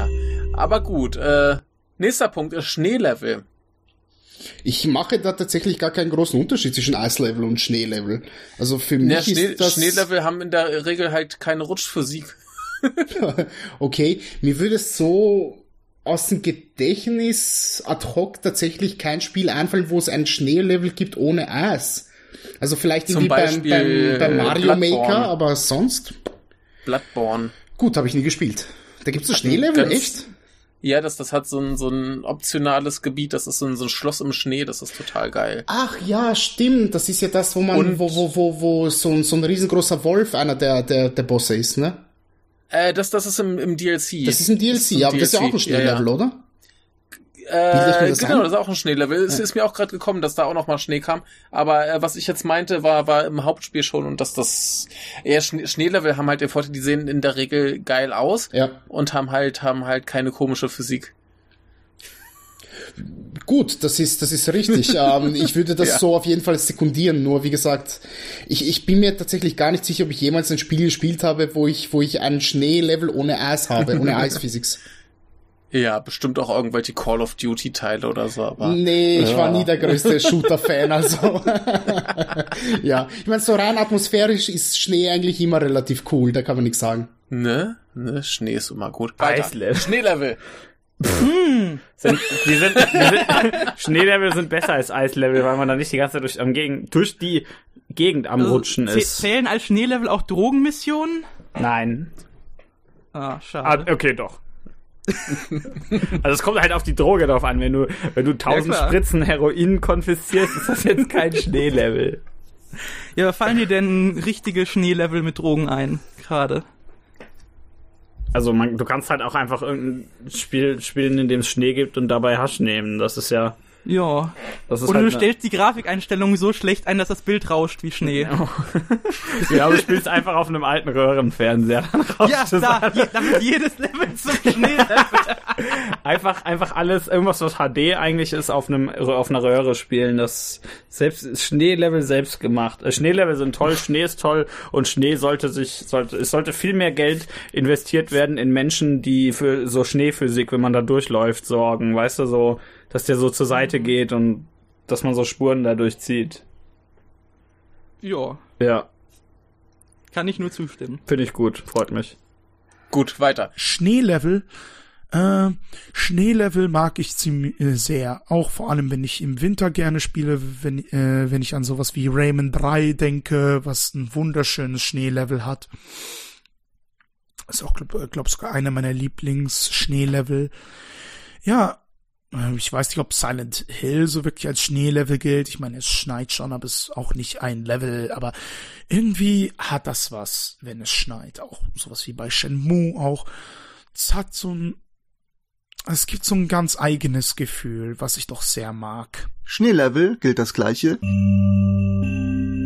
Aber gut, nächster Punkt ist Schneelevel. Ich mache da tatsächlich gar keinen großen Unterschied zwischen Eislevel und Schneelevel. Also für mich ist das... Schneelevel haben in der Regel halt keine Rutschphysik. Okay, mir würde es so aus dem Gedächtnis ad hoc tatsächlich kein Spiel einfallen, wo es ein Schneelevel gibt ohne Eis. Also vielleicht irgendwie beim Mario Maker, aber sonst... Bloodborne. Gut, habe ich nie gespielt. Da gibt's ein Schneelevel, echt? Ja, das hat so ein optionales Gebiet, das ist so ein Schloss im Schnee, das ist total geil. Ach ja, stimmt, das ist ja das, wo man, wo so ein riesengroßer Wolf einer der Bosse ist, ne? Das ist im DLC. Das ist ein DLC, aber das ist ja auch ein Schneelevel, ja. Oder? Genau, das ist auch ein Schneelevel. Es ist mir auch gerade gekommen, dass da auch noch mal Schnee kam. Aber was ich jetzt meinte, war im Hauptspiel schon und dass das Schneelevel haben halt den Vorteil, die sehen in der Regel geil aus und haben halt keine komische Physik. Gut, das ist richtig. Ich würde das so auf jeden Fall sekundieren. Nur wie gesagt, ich bin mir tatsächlich gar nicht sicher, ob ich jemals ein Spiel gespielt habe, wo ich ein Schneelevel ohne Eis habe, ohne Eisphysics. Ja, bestimmt auch irgendwelche Call of Duty Teile oder so, aber. Nee, ich war nie der größte Shooter-Fan, also. Ja, ich meine, so rein atmosphärisch ist Schnee eigentlich immer relativ cool, da kann man nichts sagen. Ne, Schnee ist immer gut. Eislevel. Schneelevel. Schneelevel sind besser als Eislevel, weil man dann nicht die ganze Zeit durch die Gegend am Rutschen ist. Zählen als Schneelevel auch Drogenmissionen? Nein. Ah, schade. Okay, doch. Also es kommt halt auf die Droge drauf an. Wenn du 1000 Spritzen Heroin konfiszierst, ist das jetzt kein Schneelevel. Ja, fallen dir denn richtige Schneelevel mit Drogen ein, gerade? Also du kannst halt auch einfach irgendein Spiel spielen, in dem es Schnee gibt und dabei Hasch nehmen. Das ist ja... Ja. Das ist oder halt du stellst die Grafikeinstellungen so schlecht ein, dass das Bild rauscht wie Schnee. Ja, du spielst einfach auf einem alten Röhrenfernseher. Damit jedes Level zum Schneelevel. Einfach alles, irgendwas, was HD eigentlich ist, auf einer Röhre spielen. Das Schneelevel selbst gemacht. Schneelevel sind toll, Schnee ist toll und Schnee es sollte viel mehr Geld investiert werden in Menschen, die für so Schneephysik, wenn man da durchläuft, sorgen. Weißt du, so, dass der so zur Seite geht und dass man so Spuren dadurch zieht. Ja. Ja. Kann ich nur zustimmen. Finde ich gut, freut mich. Gut, weiter. Schneelevel mag ich ziemlich sehr. Auch vor allem, wenn ich im Winter gerne spiele, wenn ich an sowas wie Rayman 3 denke, was ein wunderschönes Schneelevel hat. Ist auch, glaub sogar einer meiner Lieblings-Schneelevel. Ja, ich weiß nicht, ob Silent Hill so wirklich als Schneelevel gilt. Ich meine, es schneit schon, aber es ist auch nicht ein Level. Aber irgendwie hat das was, wenn es schneit. Auch sowas wie bei Shenmue auch. Es gibt so ein ganz eigenes Gefühl, was ich doch sehr mag. Schneelevel gilt das Gleiche.